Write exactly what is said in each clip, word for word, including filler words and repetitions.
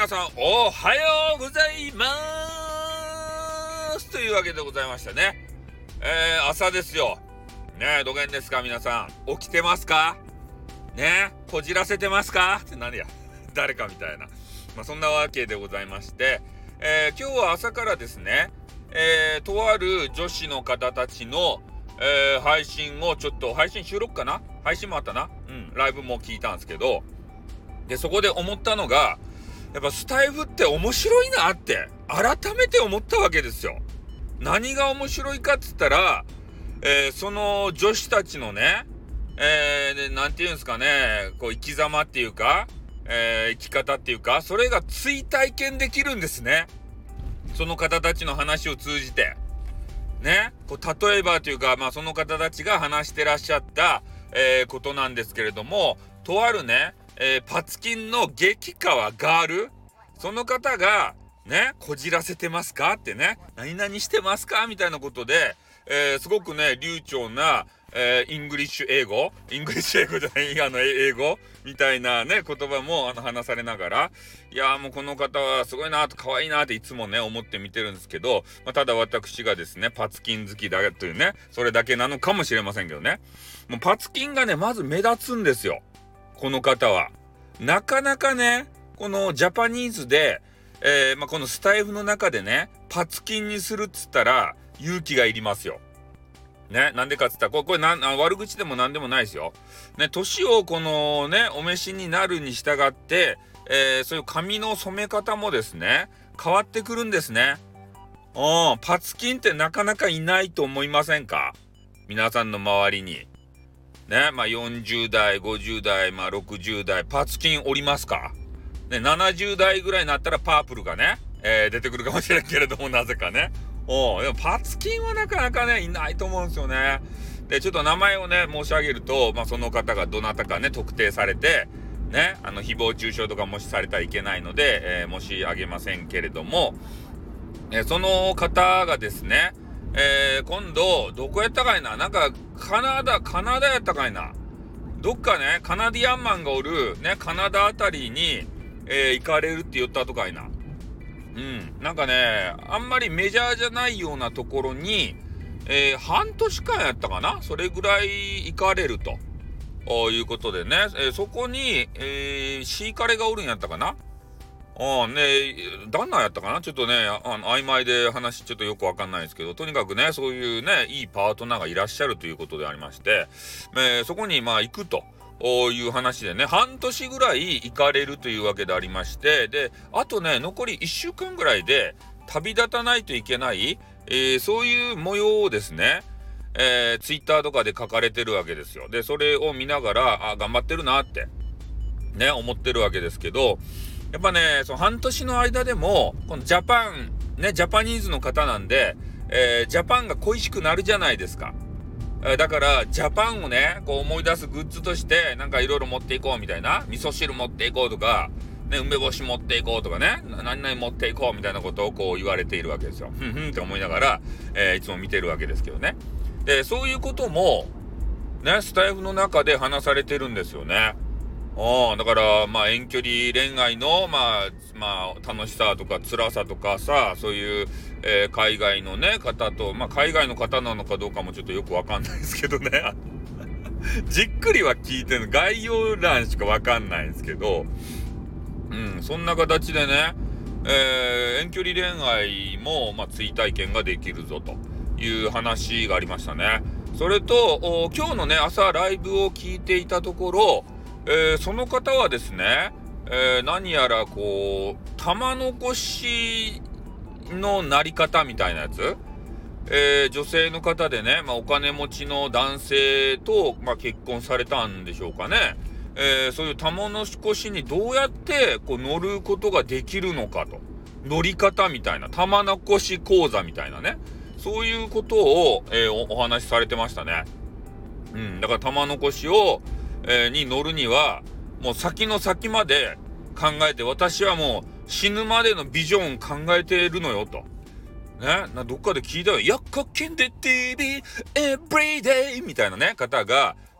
皆さんおはようございますというわけでございましたね。えー、朝ですよね。どげんですか皆さん、起きてますかね。こじらせてますかって何や誰かみたいな、まあ、そんなわけでございまして、えー、今日は朝からですね、えー、とある女子の方たちの、えー、配信をちょっと配信収録かな配信もあったなうんライブも聞いたんですけど、でそこで思ったのが、やっぱスタイフって面白いなって改めて思ったわけですよ。何が面白いかっつったら、えー、その女子たちのね、えー、なんていうんですかね、こう生き様っていうか、えー、生き方っていうか、それが追体験できるんですね。その方たちの話を通じてね、こう例えばというか、まあその方たちが話してらっしゃった、えー、ことなんですけれども、とあるね、えー、パツキンの激川ガール、その方がね、こじらせてますかってね、何々してますかみたいなことで、えー、すごくね流暢な、えー、イングリッシュ英語イングリッシュ英語じゃないあの英語みたいなね言葉もあの話されながら、いやーもうこの方はすごいなと可愛いなっていつもね思って見てるんですけど、まあ、ただ私がですねパツキン好きだというね、それだけなのかもしれませんけどね、もうパツキンがねまず目立つんですよ。この方はなかなかね、このジャパニーズで、えーまあ、このスタイフの中でねパツキンにするっつったら勇気がいりますよ。ね、なんでかっつったらこれ、これなん悪口でもなんでもないですよ。ね、年をこのねお召しになるに従って、えー、そういう髪の染め方もですね変わってくるんですね。うん、パツキンってなかなかいないと思いませんか？皆さんの周りに。ね、まあよんじゅう代、ごじゅう代、まあろくじゅう代、パツキンおりますか？ね、ななじゅう代ぐらいになったらパープルがね、えー、出てくるかもしれんけれども、なぜかね。おでもパツキンはなかなかね、いないと思うんですよね。で、ちょっと名前をね、申し上げると、まあその方がどなたかね、特定されて、ね、あの、誹謗中傷とかもしされたらいけないので、えー、申し上げませんけれども、えー、その方がですね、えー、今度、どこやったかいななんか、カナダ、カナダやったかいなどっかね、カナディアンマンがおる、ね、カナダあたりに、えー、行かれるって言ったとかいな。うん。なんかね、あんまりメジャーじゃないようなところに、えー、半年間やったかなそれぐらい行かれるということでね、えー、そこに、えー、シーカレがおるんやったかなあね、旦那やったかなちょっとね、あの曖昧で話ちょっとよくわかんないですけど、とにかくね、そういうね、いいパートナーがいらっしゃるということでありまして、えー、そこにまあ行くという話でね、半年ぐらい行かれるというわけでありまして、で、あとね、残りいっしゅうかんぐらいで旅立たないといけない、えー、そういう模様をですね、えー、ツイッターとかで書かれてるわけですよ。で、それを見ながら、あ、頑張ってるなって、ね、思ってるわけですけど、やっぱね、その半年の間でも、このジャパン、ね、ジャパニーズの方なんで、えー、ジャパンが恋しくなるじゃないですか。えー、だから、ジャパンをね、こう思い出すグッズとして、なんかいろいろ持っていこうみたいな、味噌汁持っていこうとか、ね、梅干し持っていこうとかね、何々持っていこうみたいなことをこう言われているわけですよ。ふんふんって思いながら、えー、いつも見てるわけですけどね。で、そういうことも、ね、スタイフの中で話されてるんですよね。ああ、だから、まあ、遠距離恋愛の、まあ、まあ、楽しさとか辛さとかさ、そういう、えー、海外のね、方と、まあ、海外の方なのかどうかもちょっとよくわかんないですけどね。じっくりは聞いてる、概要欄しかわかんないんですけど、うん、そんな形でね、えー、遠距離恋愛も、まあ、追体験ができるぞという話がありましたね。それと、今日のね、朝ライブを聞いていたところ、えー、その方はですね、えー、何やらこう玉残しのなり方みたいなやつ、えー、女性の方でね、まあ、お金持ちの男性と、まあ、結婚されたんでしょうかね、えー、そういう玉残しにどうやってこう乗ることができるのかと、乗り方みたいな、玉残し講座みたいなね、そういうことを、えー、お, お話しされてましたね。うん、だから玉残しをえー、に乗るにはもう先の先まで考えて、私はもう死ぬまでのビジョンを考えているのよとね、などっかで聞いたよ。やっかけんで ティービー every day みたいなね方が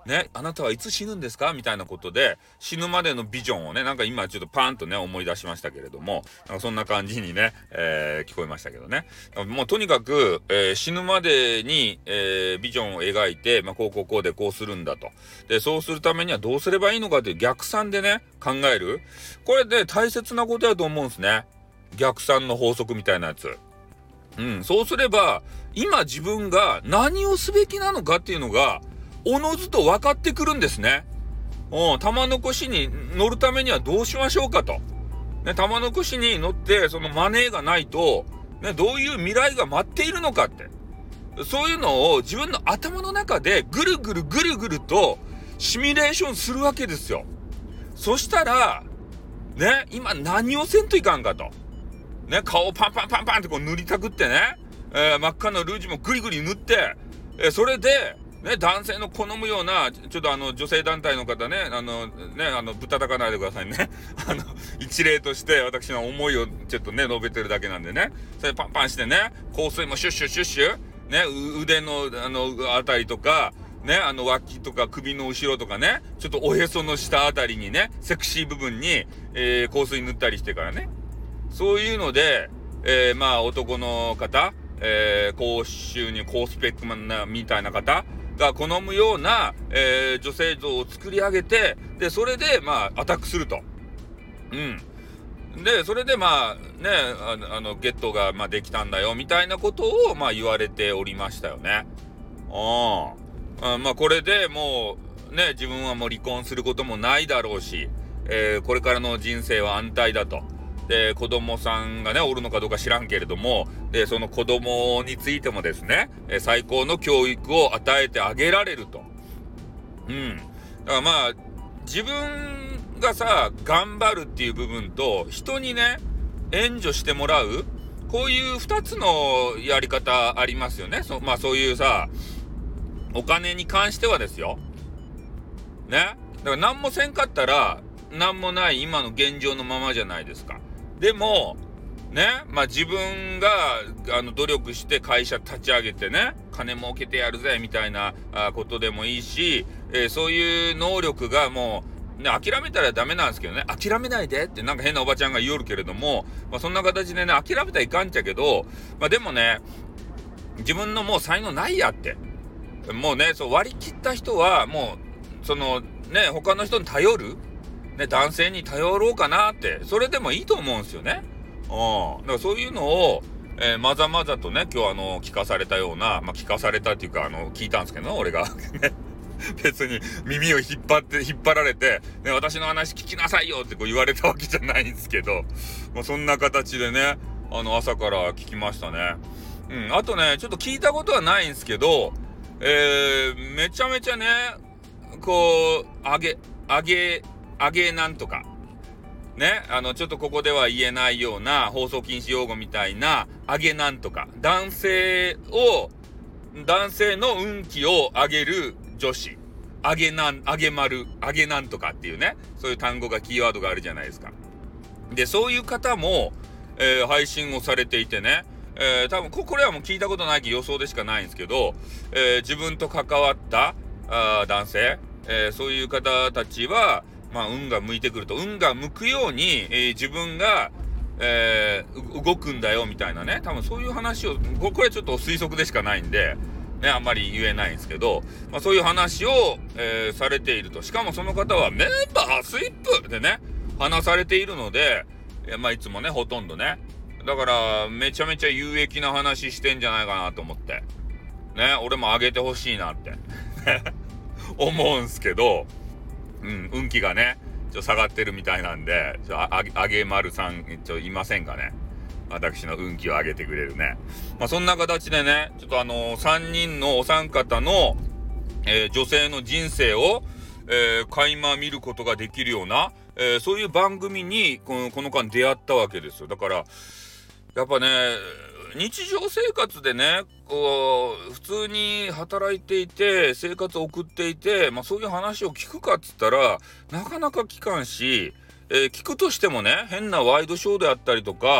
ね、あなたはいつ死ぬんですかみたいなことで、死ぬまでのビジョンをね、なんか今ちょっとパーンとね、思い出しましたけれども、なんかそんな感じにね、えー、聞こえましたけどね。もうとにかく、えー、死ぬまでに、えー、ビジョンを描いて、まあ、こうこうこうでこうするんだと。で、そうするためにはどうすればいいのかという逆算でね、考える。これで大切なことやと思うんですね。逆算の法則みたいなやつ。うん、そうすれば、今自分が何をすべきなのかっていうのが、おのずと分かってくるんですね。うん、玉残しに乗るためにはどうしましょうかと。ね、玉残しに乗って、そのマネーがないと、ね、どういう未来が待っているのかって。そういうのを自分の頭の中でぐるぐるぐるぐるとシミュレーションするわけですよ。そしたら、ね、今何をせんといかんかと。ね、顔をパンパンパンパンってこう塗りたくってね、えー、真っ赤なルージュもグリグリ塗って、えー、それで、ね、男性の好むような、ちょっとあの、女性団体の方ね、あの、ね、あの、ぶったたかないでくださいね。あの、一例として私の思いをちょっとね、述べてるだけなんでね。それパンパンしてね、香水もシュッシュッシュッシュ、ね、腕の、あの、あたりとか、ね、あの、脇とか首の後ろとかね、ちょっとおへその下あたりにね、セクシー部分に、えー、香水塗ったりしてからね。そういうので、えー、まあ、男の方、えー、高収入、高スペックマンな、みたいな方、が好むような、えー、女性像を作り上げて、で、それで、まあ、アタックすると。うん。で、それで、まあ、ね、あの、あのゲットが、まあ、できたんだよ、みたいなことを、まあ、言われておりましたよね。ああ。まあ、これでもう、ね、自分はもう離婚することもないだろうし、えー、これからの人生は安泰だと。で、子供さんがね、おるのかどうか知らんけれども、で、その子供についてもですね、え最高の教育を与えてあげられると。うん。だからまあ、自分がさ、頑張るっていう部分と、人にね、援助してもらう、こういう二つのやり方ありますよね。そまあそういうさ、お金に関してはですよ。ね。だから何もせんかったら、何もない今の現状のままじゃないですか。でも、ね、まあ自分が、あの、努力して会社立ち上げてね、金儲けてやるぜ、みたいなあことでもいいし、えー、そういう能力がもう、ね、諦めたらダメなんですけどね、諦めないでってなんか変なおばちゃんが言おるけれども、まあそんな形でね、諦めたらいかんちゃけど、まあでもね、自分のもう才能ないやって。もうね、そう割り切った人は、もう、その、ね、他の人に頼るね、男性に頼ろうかなって、それでもいいと思うんですよね。うん。だからそういうのを、えー、まざまざとね、今日あの、聞かされたような、まあ、聞かされたっていうか、あの、聞いたんですけど、俺が。別に耳を引っ張って、引っ張られて、ね、私の話聞きなさいよってこう言われたわけじゃないんですけど、まあ、そんな形でね、あの、朝から聞きましたね。うん。あとね、ちょっと聞いたことはないんですけど、えー、めちゃめちゃね、こう、あげ、あげ、あげなんとか。ね、あの、ちょっとここでは言えないような放送禁止用語みたいな、あげなんとか。男性を、男性の運気を上げる女子。あげなん、あげまる、あげなんとかっていうね、そういう単語が、キーワードがあるじゃないですか。で、そういう方も、えー、配信をされていてね、えー、多分こ、これはもう聞いたことないけど予想でしかないんですけど、えー、自分と関わったあ男性、えー、そういう方たちは、まあ、運が向いてくると、運が向くように、えー、自分が、えー、動くんだよ、みたいなね。多分そういう話を、これちょっと推測でしかないんで、ね、あんまり言えないんですけど、まあ、そういう話を、えー、されていると。しかもその方はメンバースイップでね、話されているので、まあ、いつもね、ほとんどね。だから、めちゃめちゃ有益な話してんじゃないかなと思って。ね、俺も上げてほしいなって。思うんすけど、うん、運気がね、ちょっと下がってるみたいなんで、ちょああげまるさん、ちょいませんかね。私の運気を上げてくれるね。まあ、そんな形でね、ちょっとあのー、さんにんのお三方の、えー、女性の人生を、えー、垣間見ることができるような、えー、そういう番組にこの、この間出会ったわけですよ。だから、やっぱね、日常生活でね、こう、普通に働いていて、生活を送っていて、まあそういう話を聞くかっつったら、なかなか聞かんし、えー、聞くとしてもね、変なワイドショーであったりとか、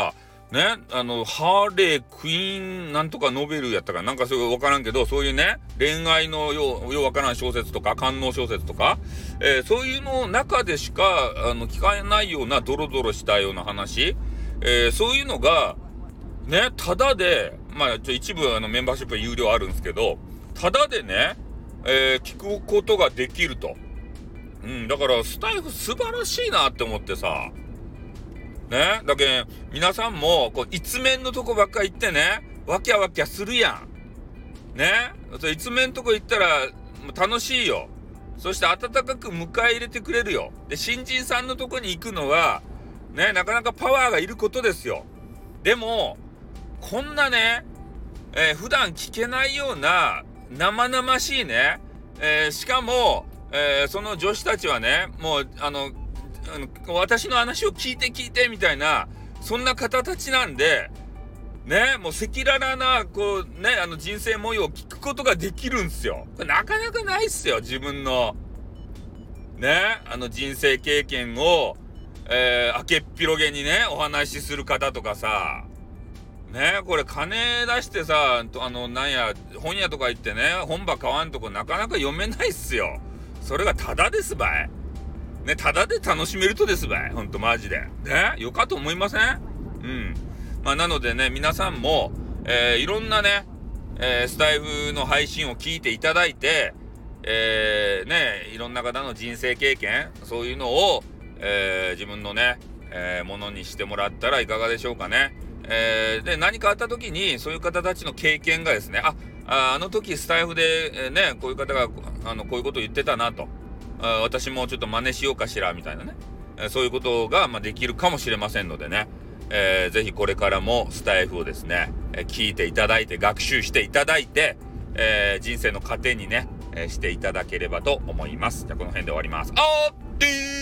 ね、あの、ハーレークイーンなんとかノベルやったかな、なんかそういうわからんけど、そういうね、恋愛のよう、ようわからん小説とか、官能小説とか、えー、そういうの中でしか、あの、聞かないようなドロドロしたような話、えー、そういうのが、ね、ただで、まあ、ちょ一部あのメンバーシップ有料あるんですけど、ただでね、えー、聞くことができると。うん、だからスタイフ素晴らしいなって思ってさ、ね、だけん皆さんもこう一面のとこばっか行ってね、わきゃわきゃするやんね。一面のとこ行ったら楽しいよ。そして温かく迎え入れてくれるよ。で、新人さんのとこに行くのはね、なかなかパワーがいることですよ。でもこんなね、えー、普段聞けないような生々しいね、えー、しかも、えー、その女子たちはね、もうあのあの私の話を聞いて聞いてみたいな、そんな方たちなんでね、もう赤裸々なこうね、あの人生模様を聞くことができるんすよ。これなかなかないっすよ。自分のね、あの人生経験を、えー、明けっぴろげにねお話しする方とかさね、これ金出してさ、あのなんや本屋とか行ってね、本場買わんとこなかなか読めないっすよ。それがタダですばいね、タダで楽しめるとですばい、ほんとマジでね、よかと思いません？うん。まあなのでね、皆さんも、えー、いろんなね、えー、スタイフの配信を聞いていただいて、えー、ね、いろんな方の人生経験、そういうのを、えー、自分のね、えー、ものにしてもらったらいかがでしょうかね。えー、で、何かあった時に、そういう方たちの経験がですね、あ、あ、あの時スタイフで、えー、ね、こういう方が、あの、こういうこと言ってたなと。あ、私もちょっと真似しようかしらみたいなね、えー、そういうことが、まあ、できるかもしれませんのでね、えー、ぜひこれからもスタイフをですね、えー、聞いていただいて学習していただいて、えー、人生の糧にね、えー、していただければと思います。じゃあこの辺で終わります。あーってー